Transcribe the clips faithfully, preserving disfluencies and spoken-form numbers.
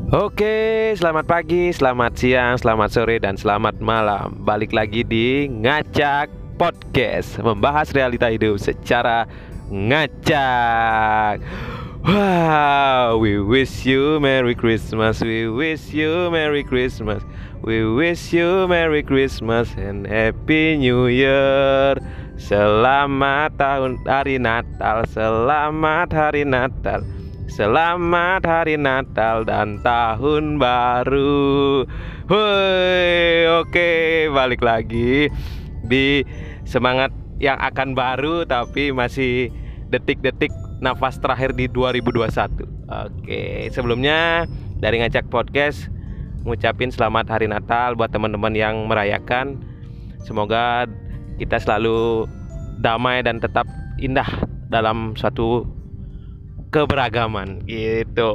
Oke, selamat pagi, selamat siang, selamat sore, dan selamat malam. Balik lagi di Ngacak Podcast, membahas realita hidup secara ngacak. Wow, we wish you Merry Christmas, we wish you Merry Christmas, we wish you Merry Christmas and Happy New Year. Selamat tahun hari Natal, selamat hari Natal. Selamat hari Natal dan tahun baru. Woi, oke, balik lagi di semangat yang akan baru tapi masih detik-detik nafas terakhir di dua ribu dua puluh satu. Oke, sebelumnya dari Ngacak Podcast ngucapin selamat hari Natal buat teman-teman yang merayakan. Semoga kita selalu damai dan tetap indah dalam suatu keberagaman gitu.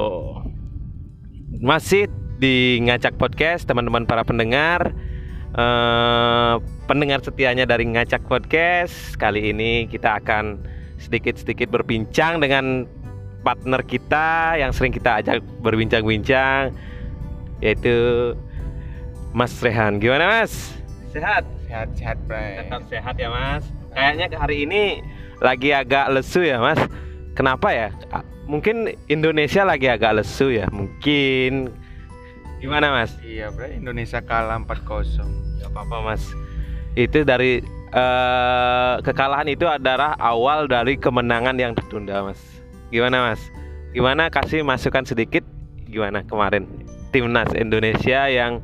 Masih di Ngacak Podcast, teman-teman para pendengar, eh, pendengar setianya dari Ngacak Podcast. Kali ini kita akan sedikit-sedikit berbincang dengan partner kita yang sering kita ajak berbincang-bincang, yaitu Mas Rehan. Gimana Mas? Sehat? Sehat-sehat, Bray. Tetap sehat ya Mas. Kayaknya hari ini lagi agak lesu ya Mas. Kenapa ya? Mungkin Indonesia lagi agak lesu ya. Mungkin. Gimana Mas? Iya, Bray. Indonesia kalah empat kosong. Gak apa-apa Mas. Itu dari uh, kekalahan itu adalah awal dari kemenangan yang tertunda Mas. Gimana Mas? Gimana, kasih masukan sedikit. Gimana kemarin timnas Indonesia yang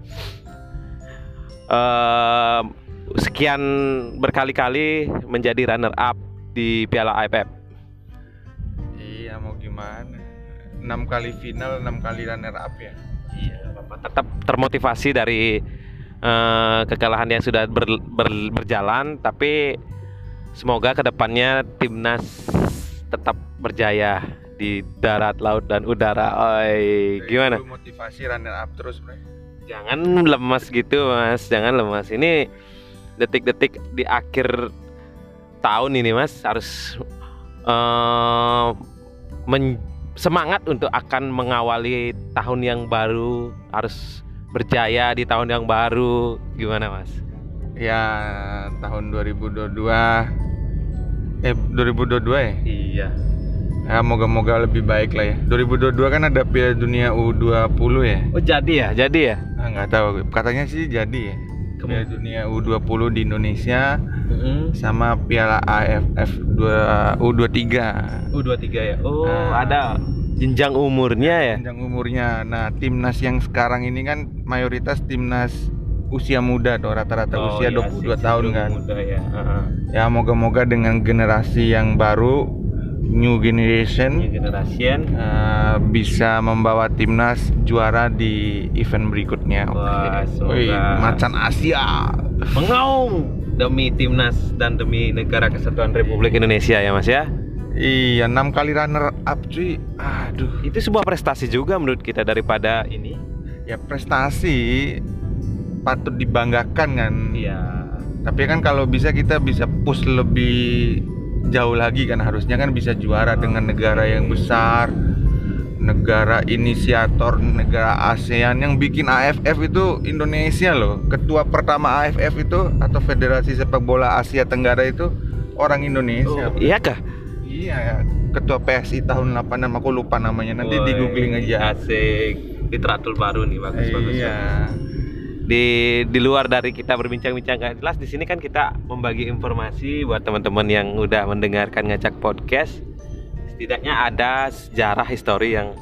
uh, sekian berkali-kali menjadi runner up di Piala A F F. Iya, mau gimana? enam kali final, enam kali runner up ya. Iya, Bapak tetap termotivasi dari uh, kekalahan yang sudah ber, ber, berjalan, tapi semoga kedepannya timnas tetap berjaya di darat, laut, dan udara. Oi, gimana? Motivasi runner up terus, Bray. Jangan lemas gitu, Mas. Jangan lemas. Ini detik-detik di akhir tahun ini, Mas, harus uh, men- semangat untuk akan mengawali tahun yang baru, harus berjaya di tahun yang baru. Gimana Mas? Ya, tahun dua ribu dua puluh dua eh dua ribu dua puluh dua ya? Iya. Ya, moga-moga lebih baik lah ya. dua ribu dua puluh dua kan ada Piala Dunia U dua puluh ya? Oh, jadi ya? Jadi ya? Ah, nggak tahu. Katanya sih jadi ya. Piala Dunia U dua puluh di Indonesia, mm-hmm, sama Piala A F F U dua puluh tiga. U dua puluh tiga ya. Oh, nah, ada jenjang umurnya ya. Jenjang umurnya. Nah, timnas yang sekarang ini kan mayoritas timnas usia muda tuh, rata-rata oh, usia iya, dua puluh dua tahun kan. Muda ya. Uh-huh. Ya, moga-moga dengan generasi yang baru, new generation, new generation uh, bisa membawa timnas juara di event berikutnya. Wah, Oke. Macan Asia. Mengaung demi timnas dan demi negara kesatuan Republik Indonesia ya Mas ya. Iya, enam kali runner up cuy. Aduh, itu sebuah prestasi juga menurut kita daripada ini. Ya, prestasi patut dibanggakan kan. Iya. Tapi kan kalau bisa kita bisa push lebih jauh lagi kan, harusnya kan bisa juara dengan negara yang besar, negara inisiator, negara ASEAN. Yang bikin A F F itu Indonesia loh. Ketua pertama A F F itu atau Federasi Sepak Bola Asia Tenggara itu orang Indonesia. Oh, iya kah? Iya, ketua P S I tahun delapan puluh enam, aku lupa namanya. Nanti di googling aja. Asik, literatur baru nih, bagus-bagus. Iya. Di di luar dari kita berbincang-bincang gak jelas, di sini kan kita membagi informasi buat teman-teman yang udah mendengarkan Ngacak Podcast. Setidaknya ada sejarah histori yang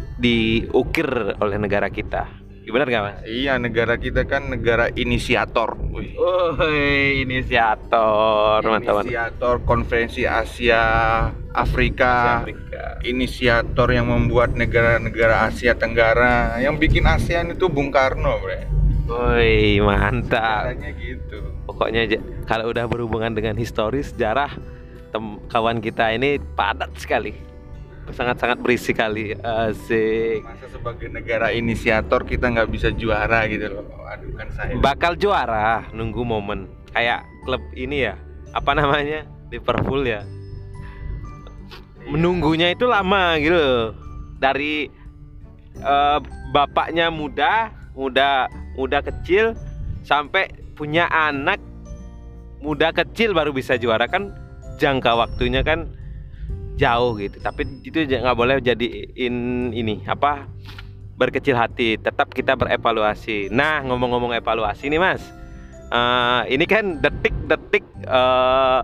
diukir oleh negara kita. Benar nggak Mas? Iya, negara kita kan negara inisiator. Wih. Oh, inisiator, teman-teman. Inisiator Konferensi Asia Afrika. Asia Afrika. Inisiator yang membuat negara-negara Asia Tenggara. Yang bikin ASEAN itu Bung Karno, Bre. Woi, mantap. Caranya gitu. Pokoknya kalau udah berhubungan dengan historis, sejarah, tem- kawan kita ini padat sekali. Sangat-sangat berisi kali. Asik. Masa sebagai negara inisiator kita nggak bisa juara gitu loh. Aduh, kan saya bakal juara, nunggu momen. Kayak klub ini ya, apa namanya, Liverpool ya. Menunggunya itu lama gitu. Dari eh, bapaknya muda, muda, muda kecil sampai punya anak muda kecil baru bisa juara kan, jangka waktunya kan jauh gitu. Tapi itu nggak boleh jadiin ini apa berkecil hati, tetap kita berevaluasi. Nah, ngomong-ngomong evaluasi nih Mas, uh, ini kan detik-detik uh,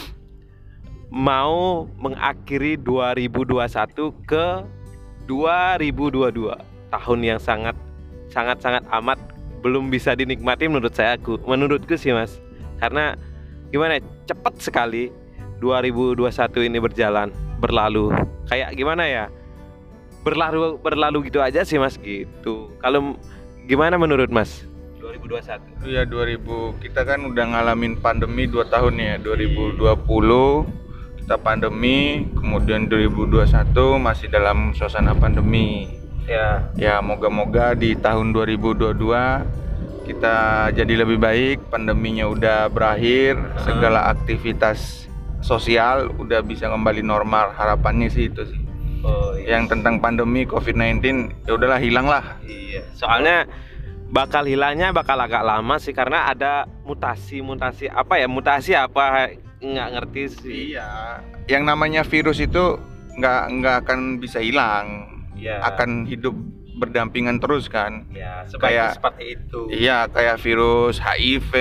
mau mengakhiri dua ribu dua puluh satu ke dua ribu dua puluh dua, tahun yang sangat sangat sangat amat belum bisa dinikmati menurut saya, aku menurutku sih Mas, karena gimana cepat sekali dua ribu dua puluh satu ini berjalan berlalu, kayak gimana ya, berlalu berlalu gitu aja sih Mas gitu. Kalau gimana menurut Mas dua ribu dua puluh satu? Iya, dua ribu kita kan udah ngalamin pandemi dua tahun ya. dua ribu dua puluh kita pandemi, kemudian dua ribu dua puluh satu masih dalam suasana pandemi. Ya, ya moga-moga di tahun dua ribu dua puluh dua kita jadi lebih baik, pandeminya udah berakhir, segala aktivitas sosial udah bisa kembali normal, harapannya sih itu sih. Oh, iya. Yang tentang pandemi covid sembilan belas ya udahlah, hilang lah. Iya, soalnya bakal hilangnya bakal agak lama sih, karena ada mutasi-mutasi apa ya, mutasi apa nggak ngerti sih. Iya, yang namanya virus itu nggak nggak akan bisa hilang, ya, akan hidup berdampingan terus kan. Ya, kayak seperti itu. Iya, kayak virus H I V,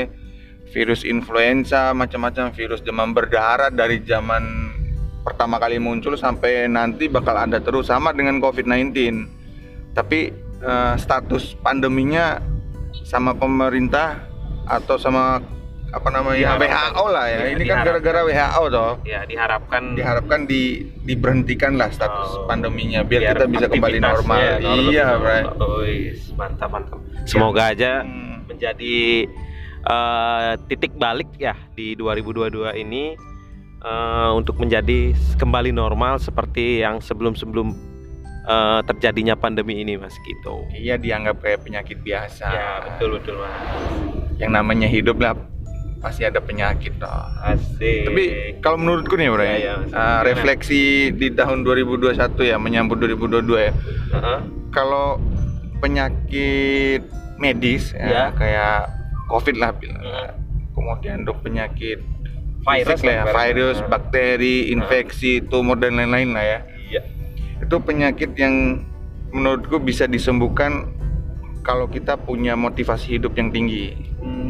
virus influenza, macam-macam virus demam berdarah dari zaman pertama kali muncul sampai nanti bakal ada terus, sama dengan covid sembilan belas. Tapi eh, status pandeminya sama pemerintah atau sama apa namanya W H O lah ya, ya ini kan gara-gara W H O toh. Ya, diharapkan diharapkan di diberhentikan lah status oh, pandeminya biar, biar kita bisa kembali normal. Ya, iya, Bray. Oh, mantap mantap. Semoga aja hmm. menjadi uh, titik balik ya di dua ribu dua puluh dua ini, uh, untuk menjadi kembali normal seperti yang sebelum-sebelum uh, terjadinya pandemi ini Mas gitu. Iya, dianggap kayak penyakit biasa. Ya, betul betul Mas. Yang namanya hidup lah pasti ada penyakit toh. Asik. Tapi kalau menurutku nih Bro, ya, ya, uh, refleksi di tahun dua ribu dua puluh satu ya, menyambut dua ribu dua puluh dua ya. Uh-huh. Kalau penyakit medis ya, ya, kayak COVID lah bilang. Uh-huh. Kemudian untuk penyakit virus lah ya, virus, uh-huh, uh-huh, bakteri, infeksi, tumor dan lain-lain lah ya. Iya. Itu penyakit yang menurutku bisa disembuhkan kalau kita punya motivasi hidup yang tinggi. Hmm.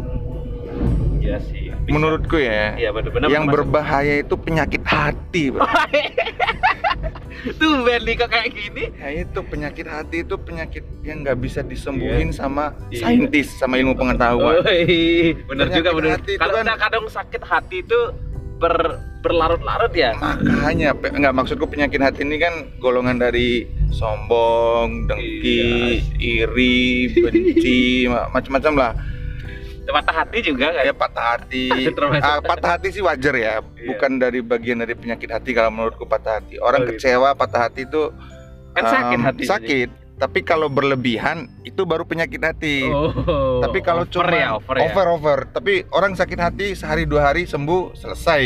Ya sih, bisa. Menurutku ya, ya benar-benar yang berbahaya itu penyakit hati, Bro. Tuh Berli kok kayak gini. Ya itu penyakit hati, itu penyakit yang nggak bisa disembuhin yeah. sama yeah. saintis, sama ilmu pengetahuan. Oh, iya. Benar juga, benar. Kalau kan, udah kadang sakit hati itu ber, berlarut-larut ya. Makanya nggak, maksudku penyakit hati ini kan golongan dari sombong, dengki, iya. iri, benci, macam-macam lah. Patah hati juga kan? Ya patah hati. ah, patah hati sih wajar ya, iya. bukan dari bagian dari penyakit hati kalau menurutku patah hati. Orang oh, gitu. Kecewa, patah hati itu kan um, sakit hati. Sakit. Jadi. Tapi kalau berlebihan itu baru penyakit hati. Oh, tapi kalau cuma ya, over, over, ya? over. Tapi orang sakit hati sehari dua hari sembuh, selesai.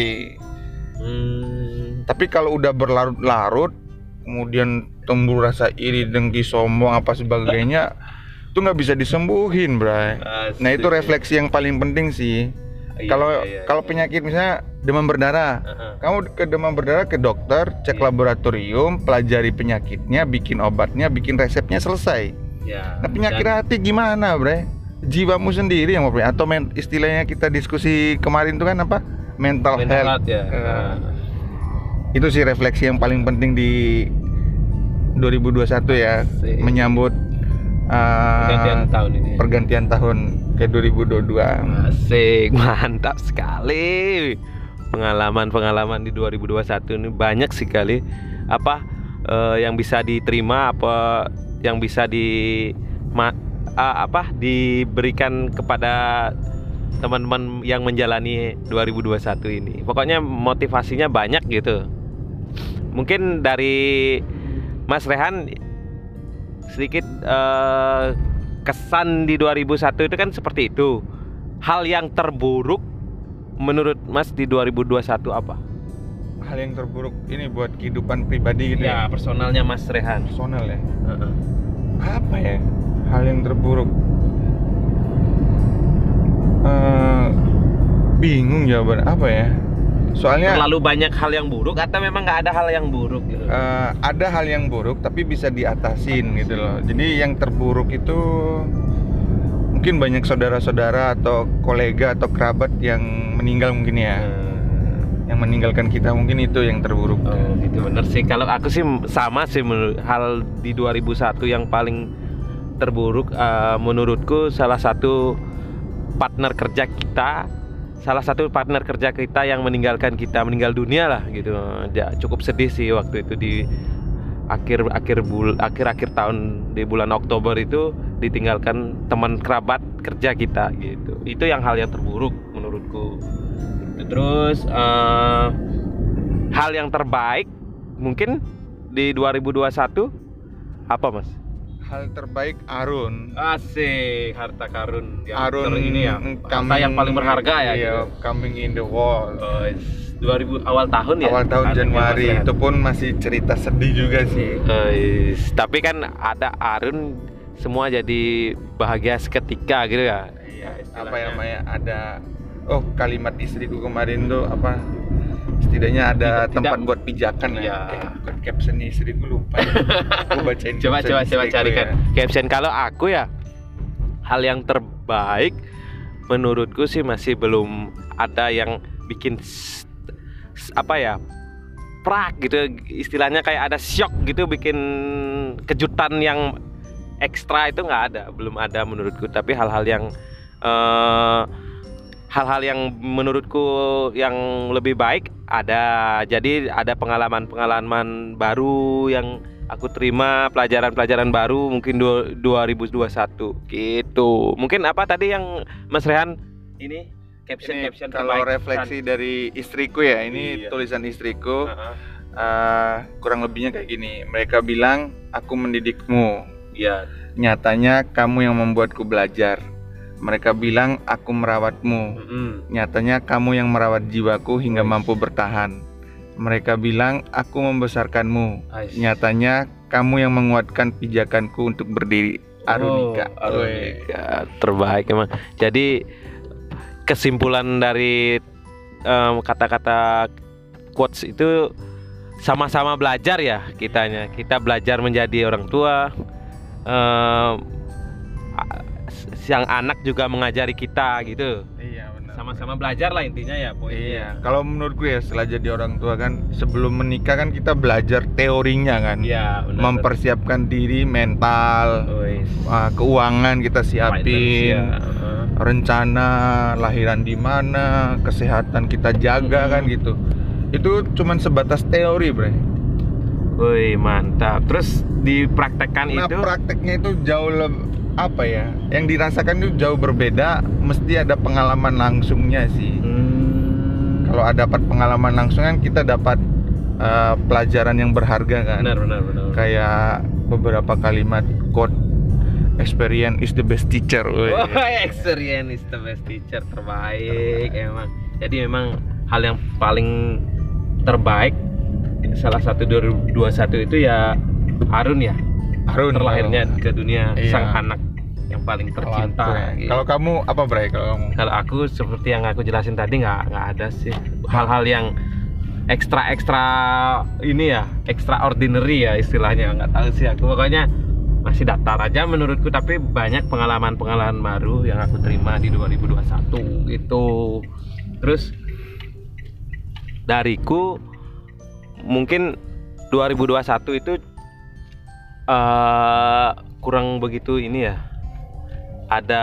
Hmm. Tapi kalau udah berlarut-larut, kemudian tumbuh rasa iri, dengki, sombong apa sebagainya. Itu nggak bisa disembuhin, Bray. Asik. Nah itu refleksi yang paling penting sih. Kalau iya, iya, kalau iya. penyakit misalnya demam berdarah, uh-huh. kamu ke demam berdarah ke dokter, cek iya. laboratorium, pelajari penyakitnya, bikin obatnya, bikin resepnya, selesai. Ya, nah penyakit dan... hati gimana, Bray? Jiwamu sendiri yang mau, atau men- istilahnya kita diskusi kemarin itu kan apa? Mental, Mental health. Ya. Uh, itu sih refleksi yang paling penting di dua ribu dua puluh satu ya, Asik. menyambut Uh, pergantian tahun ini. Pergantian tahun ke dua ribu dua puluh dua. Asik, mantap sekali. Pengalaman-pengalaman di dua ribu dua puluh satu ini banyak sekali apa uh, yang bisa diterima, apa yang bisa di ma, uh, apa diberikan kepada teman-teman yang menjalani dua ribu dua puluh satu ini. Pokoknya motivasinya banyak gitu. Mungkin dari Mas Rehan sedikit uh, kesan di dua ribu satu itu kan seperti itu. Hal yang terburuk menurut Mas di dua ribu dua puluh satu apa? hal yang terburuk ini buat kehidupan pribadi gitu Ya, ya. personalnya Mas Rehan. Personal ya. Heeh. Apa ya? Hal yang terburuk. Eh, bingung jawaban apa ya? Soalnya Terlalu banyak hal yang buruk atau memang nggak ada hal yang buruk gitu? eh, ada hal yang buruk tapi bisa diatasin gitu loh. Jadi yang terburuk itu mungkin banyak saudara-saudara atau kolega atau kerabat yang meninggal mungkin ya. Yang meninggalkan kita mungkin itu yang terburuk. Oh, itu bener sih. Kalau aku sih sama sih, menurut hal di dua ribu satu yang paling terburuk eh, menurutku salah satu partner kerja kita, salah satu partner kerja kita yang meninggalkan kita, meninggal dunia lah gitu. Ya, cukup sedih sih waktu itu di akhir akhir bul akhir akhir tahun di bulan Oktober itu ditinggalkan teman kerabat kerja kita gitu. Itu yang hal yang terburuk menurutku. Terus eh, hal yang terbaik mungkin di dua ribu dua puluh satu apa Mas? Hal terbaik Arun. Asik, harta karun yang Arun ter- ini ya, harta yang paling berharga ya. Iya, Gitu. coming in the world. Oh, dua ribu awal tahun ya. Awal tahun Kan, Januari ya, Mas itu pun masih cerita sedih juga sih. Rehan. Eh, tapi kan ada Arun, semua jadi bahagia seketika gitu ya. Iya, Apa ya namanya? Ada oh kalimat istriku kemarin tuh apa? Setidaknya ada Tidak- tempat tidak- buat pijakan Iya. ya. Eh, bukan caption istriku lupa. Ya. Aku bacain. Coba caption coba coba istriku carikan ya. caption. Kalau aku ya, hal yang terbaik menurutku sih masih belum ada yang bikin s- s- apa ya, prak gitu istilahnya, kayak ada shock gitu, bikin kejutan yang ekstra itu nggak ada, belum ada menurutku. Tapi hal-hal yang eh, hal-hal yang menurutku yang lebih baik ada. Jadi ada pengalaman-pengalaman baru yang aku terima, pelajaran-pelajaran baru mungkin du- dua ribu dua puluh satu gitu. Mungkin apa tadi yang Mas Rehan ini caption Ini caption kalau terbaik. refleksi dari istriku ya, ini Iya. tulisan istriku. Heeh. eh, kurang lebihnya kayak gini. Mereka bilang aku mendidikmu, Iya. nyatanya kamu yang membuatku belajar. Mereka bilang aku merawatmu, Mm-mm. nyatanya kamu yang merawat jiwaku hingga Wais. mampu bertahan. Mereka bilang aku membesarkanmu, Ais. nyatanya kamu yang menguatkan pijakanku untuk berdiri. Arunika. Oh, Arunika terbaik emang. Jadi kesimpulan dari em, kata-kata quotes itu sama-sama belajar ya kitanya. Kita belajar menjadi orang tua. Em, a- Sang anak juga mengajari kita gitu. Iya benar. Sama-sama belajar lah intinya ya poinnya. Iya, kalau menurutku ya setelah jadi orang tua kan sebelum menikah kan kita belajar teorinya kan. Iya, benar. Mempersiapkan diri mental, Wis. uh, keuangan kita siapin, Finance, ya. Heeh. rencana lahiran di mana, kesehatan kita jaga Mm-mm. kan gitu. Itu cuman sebatas teori, Bre. Wih, mantap. Terus dipraktekkan Nah, itu prakteknya itu jauh lebih apa ya? Yang dirasakan itu jauh berbeda, mesti ada pengalaman langsungnya sih. Hmm, Kalau ada dapat pengalaman langsung kan kita dapat uh, pelajaran yang berharga kan. benar benar benar. Kayak beberapa kalimat quote, experience is the best teacher. Woy. Wah, experience is the best teacher, terbaik emang. Jadi memang hal yang paling terbaik salah satu dua ribu dua puluh satu itu ya Arun ya. Arun Terlahirnya ke dunia Iya. sang anak yang paling tercinta. Kalau gitu. kalau kamu apa, Bray? Kalau kamu Kalau aku seperti yang aku jelasin tadi nggak nggak ada sih hal-hal yang ekstra ekstra ini ya, extraordinary ya istilahnya, nggak tahu sih aku, pokoknya masih datar aja menurutku. Tapi banyak pengalaman-pengalaman baru yang aku terima di dua ribu dua puluh satu gitu. Terus dariku mungkin dua ribu dua puluh satu itu eh, kurang begitu ini ya, ada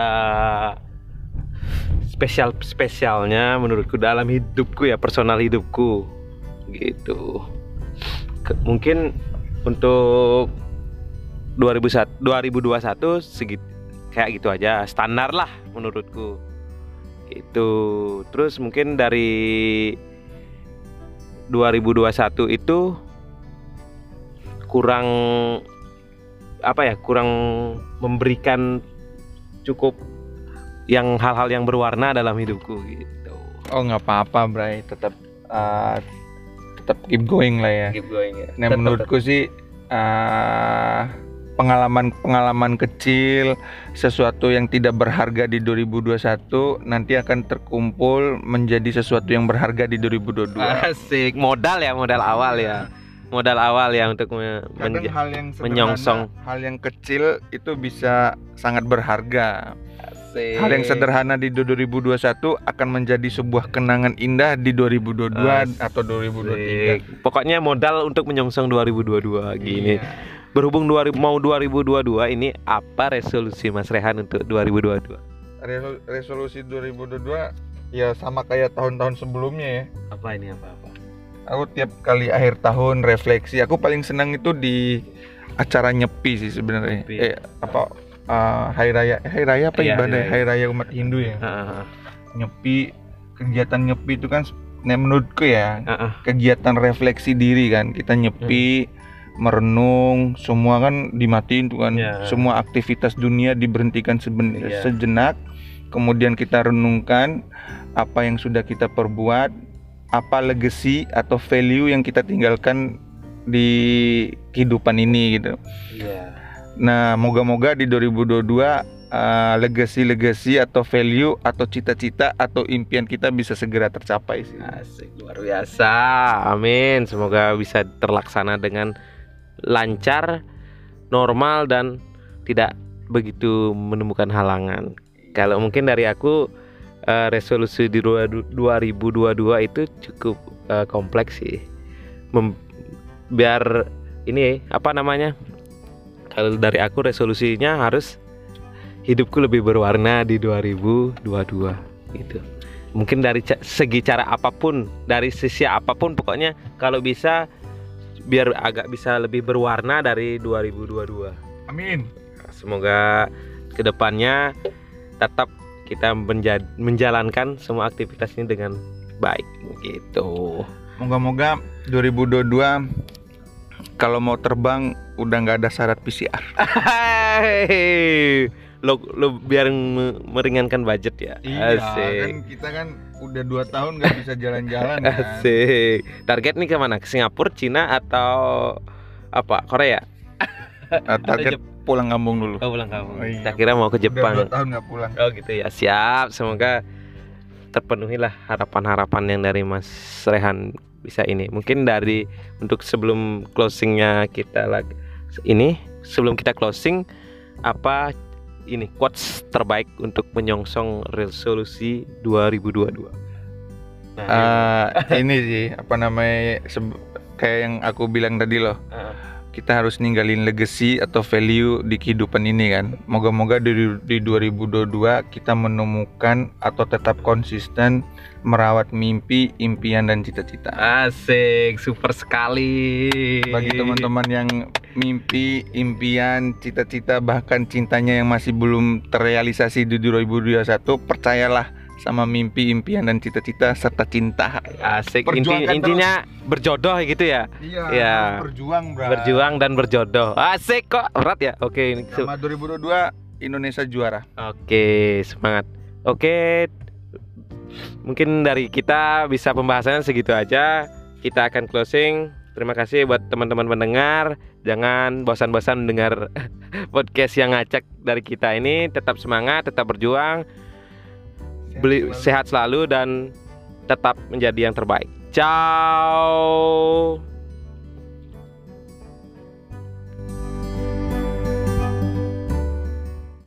spesial spesialnya menurutku dalam hidupku ya, personal hidupku gitu. Ke- mungkin untuk dua ribu satu dua ribu dua puluh satu segit kayak gitu aja, standar lah menurutku itu. Terus mungkin dari dua ribu dua puluh satu itu kurang apa ya, kurang memberikan cukup yang hal-hal yang berwarna dalam hidupku gitu. oh nggak apa-apa, Bray. Tetap uh, tetap keep going lah ya. Keep going ya. Nah, Tetap- menurutku sih uh, pengalaman-pengalaman kecil, sesuatu yang tidak berharga di dua ribu dua puluh satu nanti akan terkumpul menjadi sesuatu yang berharga di dua ribu dua puluh dua. Asik, modal ya, modal awal ya. Modal awal ya untuk me- Kadang menja- hal yang sederhana, menyongsong. hal yang kecil itu bisa sangat berharga. Asik. Hal yang sederhana di dua ribu dua puluh satu akan menjadi sebuah kenangan indah di dua ribu dua puluh dua Asik. atau dua ribu dua puluh tiga. Pokoknya modal untuk menyongsong dua ribu dua puluh dua gini. Iya. Berhubung dua ribu, mau dua ribu dua puluh dua ini apa resolusi Mas Rehan untuk dua ribu dua puluh dua? Resol- Resolusi dua ribu dua puluh dua ya sama kayak tahun-tahun sebelumnya ya. Apa ini apa-apa? Aku tiap kali akhir tahun refleksi. Aku paling senang itu di acara nyepi sih sebenarnya. Nyepi. Eh apa uh, hari raya eh, hari raya apa Iya, ibadah hari raya. hari raya umat Hindu ya. Heeh. Nyepi, kegiatan nyepi itu kan nah, menurutku ya Heeh. kegiatan refleksi diri kan. Kita nyepi, merenung, semua kan dimatiin tuh kan. Iya. Semua aktivitas dunia diberhentikan seben- Iya. sejenak. Kemudian kita renungkan apa yang sudah kita perbuat, apa legacy atau value yang kita tinggalkan di kehidupan ini gitu. Iya. Nah, moga-moga di dua ribu dua puluh dua uh, legacy-legacy atau value atau cita-cita atau impian kita bisa segera tercapai sih. Asik, luar biasa. Amin. Semoga bisa terlaksana dengan lancar, normal dan tidak begitu menemukan halangan. Kalau mungkin dari aku eh, resolusi di dua ribu dua puluh dua itu cukup eh, kompleks sih. Mem- biar ini apa namanya? Kalau dari aku resolusinya harus hidupku lebih berwarna di dua ribu dua puluh dua gitu. Mungkin dari ca- segi cara apapun, dari sisi apapun pokoknya kalau bisa biar agak bisa lebih berwarna dari dua ribu dua puluh dua. Amin. Semoga kedepannya tetap kita menja- menjalankan semua aktivitas ini dengan baik gitu. Moga-moga dua ribu dua puluh dua kalau mau terbang udah nggak ada syarat P C R. Hey, lo lo biar me- meringankan budget ya. kan kita kan udah dua tahun nggak bisa jalan-jalan kan. Asik. Target nih kemana? Ke Singapura, Cina atau apa? Korea? Nah, target pulang kampung dulu. Oh, pulang kamu. Oh, iya. Saya kira mau ke Udah Jepang. dua tahun nggak pulang. Oh gitu ya. Siap. Semoga terpenuhilah harapan-harapan yang dari Mas Rehan bisa ini. Mungkin dari untuk sebelum closingnya kita lagi ini, sebelum kita closing, apa ini quotes terbaik untuk menyongsong resolusi dua ribu dua puluh dua? Nah, Ah, ini sih apa namanya seb- kayak yang aku bilang tadi loh. Ah. Kita harus ninggalin legacy atau value di kehidupan ini kan. Moga-moga di, di dua ribu dua puluh dua kita menemukan atau tetap konsisten merawat mimpi, impian dan cita-cita. Asik, super sekali. Bagi teman-teman yang mimpi, impian, cita-cita bahkan cintanya yang masih belum terrealisasi di dua ribu dua puluh satu, percayalah sama mimpi, impian dan cita-cita serta cinta. Asik. Inti, Perjuangkan intinya berjodoh gitu ya. Iya, Ya. berjuang, bro. Berjuang dan berjodoh. Asik kok, berat ya. Oke, ini Sama dua ribu dua puluh dua Indonesia juara. Oke, semangat. Oke, mungkin dari kita bisa pembahasannya segitu aja. Kita akan closing. Terima kasih buat teman-teman pendengar. Jangan bosan-bosan mendengar podcast yang ngacak dari kita ini. Tetap semangat, tetap berjuang, beli sehat selalu dan tetap menjadi yang terbaik. Ciao.